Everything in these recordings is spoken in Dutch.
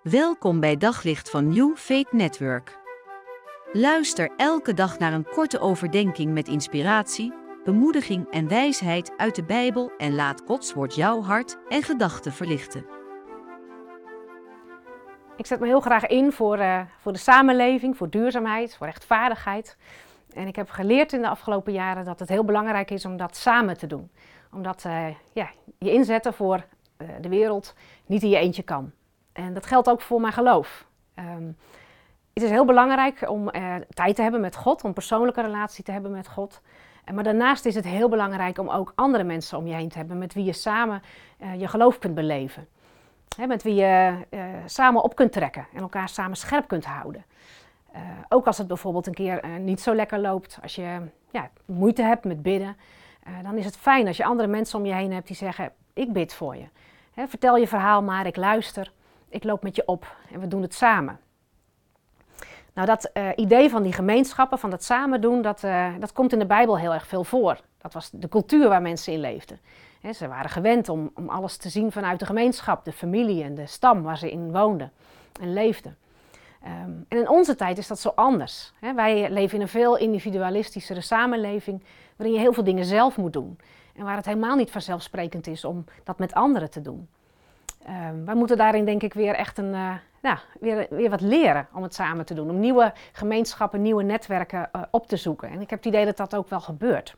Welkom bij Daglicht van New Faith Network. Luister elke dag naar een korte overdenking met inspiratie, bemoediging en wijsheid uit de Bijbel en laat Gods woord jouw hart en gedachten verlichten. Ik zet me heel graag in voor de samenleving, voor duurzaamheid, voor rechtvaardigheid. En ik heb geleerd in de afgelopen jaren dat het heel belangrijk is om dat samen te doen. Omdat je inzetten voor de wereld niet in je eentje kan. En dat geldt ook voor mijn geloof. Het is heel belangrijk om tijd te hebben met God, om een persoonlijke relatie te hebben met God. Maar daarnaast is het heel belangrijk om ook andere mensen om je heen te hebben met wie je samen je geloof kunt beleven. Met wie je samen op kunt trekken en elkaar samen scherp kunt houden. Ook als het bijvoorbeeld een keer niet zo lekker loopt, als je moeite hebt met bidden. Dan is het fijn als je andere mensen om je heen hebt die zeggen, ik bid voor je. Vertel je verhaal maar, ik luister, ik loop met je op en we doen het samen. Nou, dat idee van die gemeenschappen, van dat samen doen, dat komt in de Bijbel heel erg veel voor. Dat was de cultuur waar mensen in leefden. Ze waren gewend om alles te zien vanuit de gemeenschap, de familie en de stam waar ze in woonden en leefden. En in onze tijd is dat zo anders. Wij leven in een veel individualistischere samenleving, waarin je heel veel dingen zelf moet doen. En waar het helemaal niet vanzelfsprekend is om dat met anderen te doen. Wij moeten daarin denk ik weer echt weer wat leren om het samen te doen. Om nieuwe gemeenschappen, nieuwe netwerken op te zoeken. En ik heb het idee dat dat ook wel gebeurt.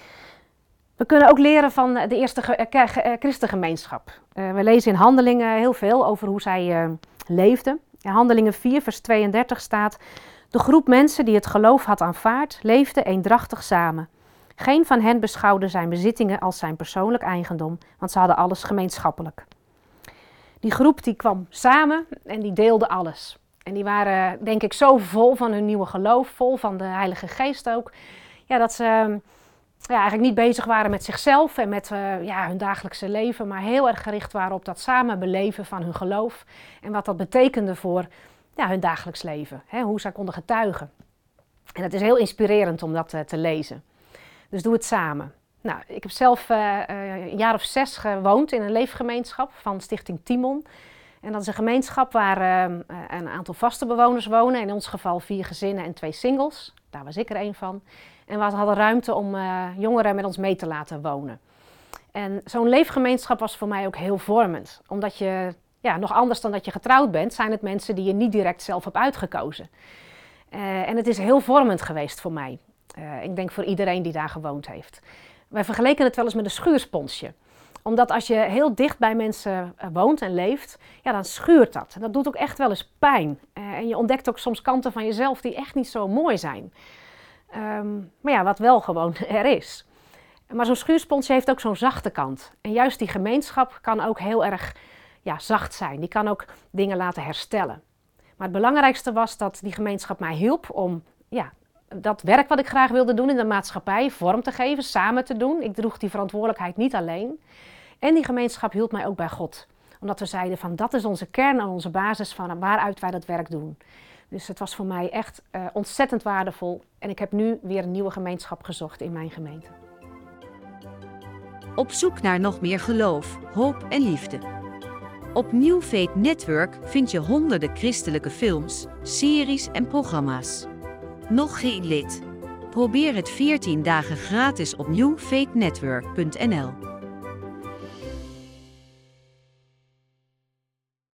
We kunnen ook leren van de eerste christengemeenschap. We lezen in Handelingen heel veel over hoe zij leefden. In Handelingen 4 vers 32 staat: de groep mensen die het geloof had aanvaard, leefde eendrachtig samen. Geen van hen beschouwde zijn bezittingen als zijn persoonlijk eigendom, want ze hadden alles gemeenschappelijk. Die groep die kwam samen en die deelde alles. En die waren denk ik zo vol van hun nieuwe geloof, vol van de Heilige Geest ook, dat ze eigenlijk niet bezig waren met zichzelf en met hun dagelijkse leven, maar heel erg gericht waren op dat samen beleven van hun geloof en wat dat betekende voor hun dagelijks leven, hoe zij konden getuigen. En het is heel inspirerend om dat te lezen. Dus doe het samen. Nou, ik heb zelf een jaar of 6 gewoond in een leefgemeenschap van Stichting Timon. En dat is een gemeenschap waar een aantal vaste bewoners wonen. In ons geval 4 gezinnen en 2 singles. Daar was ik er één van. En we hadden ruimte om jongeren met ons mee te laten wonen. En zo'n leefgemeenschap was voor mij ook heel vormend. Omdat je, nog anders dan dat je getrouwd bent, zijn het mensen die je niet direct zelf hebt uitgekozen. En het is heel vormend geweest voor mij. Ik denk voor iedereen die daar gewoond heeft. Wij vergeleken het wel eens met een schuursponsje. Omdat als je heel dicht bij mensen woont en leeft, dan schuurt dat. En dat doet ook echt wel eens pijn. En je ontdekt ook soms kanten van jezelf die echt niet zo mooi zijn. Maar wat wel gewoon er is. Maar zo'n schuursponsje heeft ook zo'n zachte kant. En juist die gemeenschap kan ook heel erg zacht zijn. Die kan ook dingen laten herstellen. Maar het belangrijkste was dat die gemeenschap mij hielp om dat werk wat ik graag wilde doen in de maatschappij vorm te geven, samen te doen. Ik droeg die verantwoordelijkheid niet alleen. En die gemeenschap hield mij ook bij God. Omdat we zeiden van dat is onze kern en onze basis van waaruit wij dat werk doen. Dus het was voor mij echt ontzettend waardevol. En ik heb nu weer een nieuwe gemeenschap gezocht in mijn gemeente. Op zoek naar nog meer geloof, hoop en liefde. Op New Faith Network vind je honderden christelijke films, series en programma's. Nog geen lid? Probeer het 14 dagen gratis op newfaithnetwork.nl.